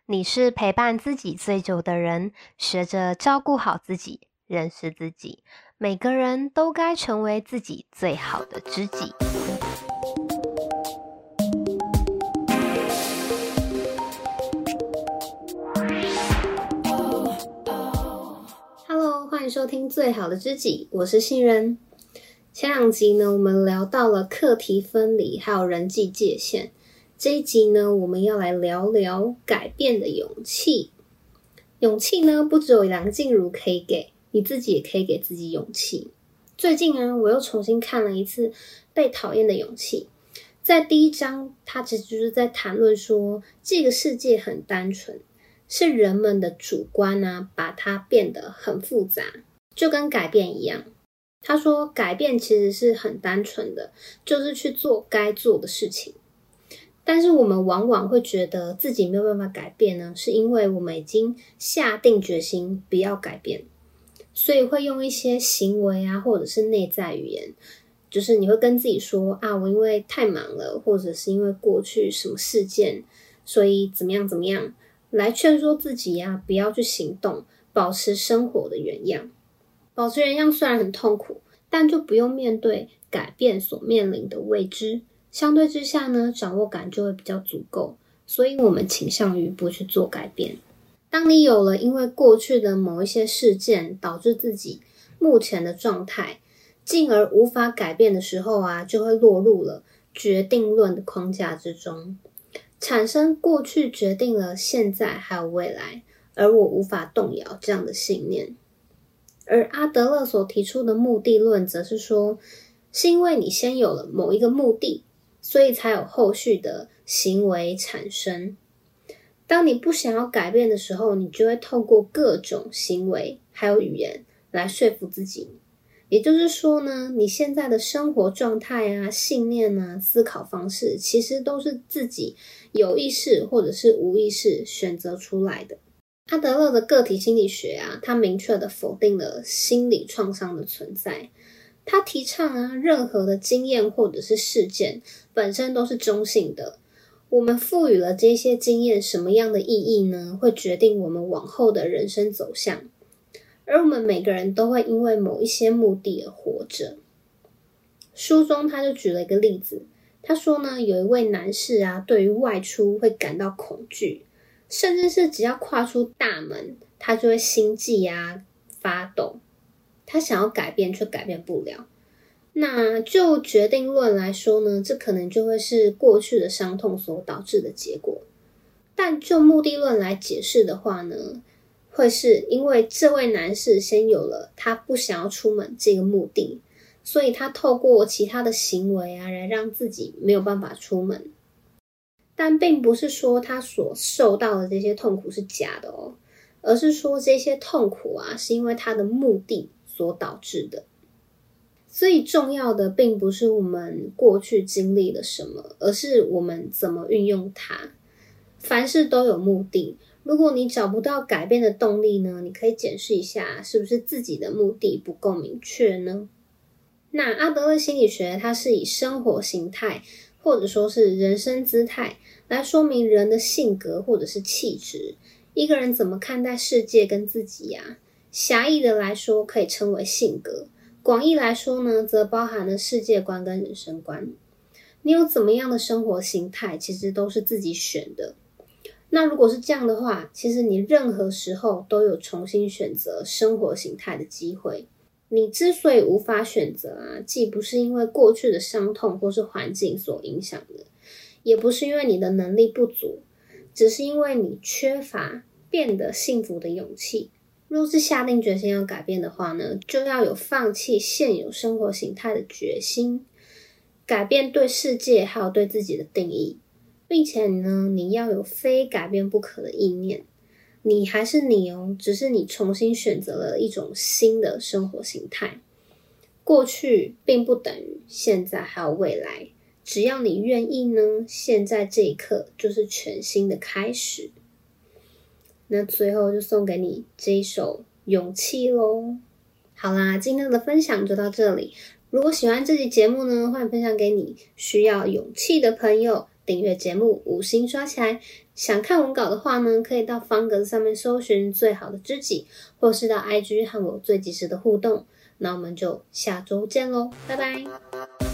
你是陪伴自己最久的人，学着照顾好自己，认识自己。每个人都该成为自己最好的知己。Hello， 欢迎收听最好的知己，我是新人。前两集呢，我们聊到了课题分离，还有人际界限。这一集呢，我们要来聊聊改变的勇气。勇气呢，不只有梁静茹可以给，你自己也可以给自己勇气。最近啊，我又重新看了一次《被讨厌的勇气》。在第一章，它其实就是在谈论说，这个世界很单纯，是人们的主观啊，把它变得很复杂，就跟改变一样。他说，改变其实是很单纯的，就是去做该做的事情。但是我们往往会觉得自己没有办法改变呢，是因为我们已经下定决心不要改变，所以会用一些行为啊，或者是内在语言，就是你会跟自己说啊，我因为太忙了，或者是因为过去什么事件，所以怎么样，来劝说自己啊，不要去行动，保持生活的原样。保持原样虽然很痛苦，但就不用面对改变所面临的未知。相对之下呢，掌握感就会比较足够，所以我们倾向于不去做改变。当你有了因为过去的某一些事件导致自己目前的状态，进而无法改变的时候啊，就会落入了决定论的框架之中，产生过去决定了现在还有未来，而我无法动摇这样的信念。而阿德勒所提出的目的论则是说，是因为你先有了某一个目的，所以才有后续的行为产生。当你不想要改变的时候，你就会透过各种行为还有语言来说服自己。也就是说呢，你现在的生活状态啊、信念啊、思考方式，其实都是自己有意识或者是无意识选择出来的。阿德勒的个体心理学啊，他明确的否定了心理创伤的存在。他提倡啊，任何的经验或者是事件本身都是中性的。我们赋予了这些经验什么样的意义呢？会决定我们往后的人生走向。而我们每个人都会因为某一些目的而活着。书中他就举了一个例子，他说呢，有一位男士啊，对于外出会感到恐惧，甚至是只要跨出大门，他就会心悸啊、发抖。他想要改变却改变不了。那就决定论来说呢，这可能就会是过去的伤痛所导致的结果。但就目的论来解释的话呢，会是因为这位男士先有了他不想要出门这个目的，所以他透过其他的行为啊，来让自己没有办法出门。但并不是说他所受到的这些痛苦是假的哦，而是说这些痛苦啊，是因为他的目的所导致的。所以重要的并不是我们过去经历了什么，而是我们怎么运用它。凡事都有目的，如果你找不到改变的动力呢，你可以检视一下是不是自己的目的不够明确呢？那阿德勒心理学它是以生活形态或者说是人生姿态来说明人的性格或者是气质，一个人怎么看待世界跟自己啊。狭义的来说可以称为性格，广义来说呢，则包含了世界观跟人生观。你有怎么样的生活形态，其实都是自己选的。那如果是这样的话，其实你任何时候都有重新选择生活形态的机会。你之所以无法选择啊，既不是因为过去的伤痛或是环境所影响的，也不是因为你的能力不足，只是因为你缺乏变得幸福的勇气。若是下定决心要改变的话呢，就要有放弃现有生活形态的决心，改变对世界还有对自己的定义，并且呢，你要有非改变不可的意念。你还是你哦，只是你重新选择了一种新的生活形态。过去并不等于现在还有未来，只要你愿意呢，现在这一刻就是全新的开始。那最后就送给你这一首勇气咯。好啦，今天的分享就到这里。如果喜欢这集节目呢，欢迎分享给你需要勇气的朋友， 订阅节目，5星刷起来。想看文稿的话呢，可以到方格子上面搜寻最好的知己，或是到 IG 和我最及时的互动。那我们就下周见咯，拜拜。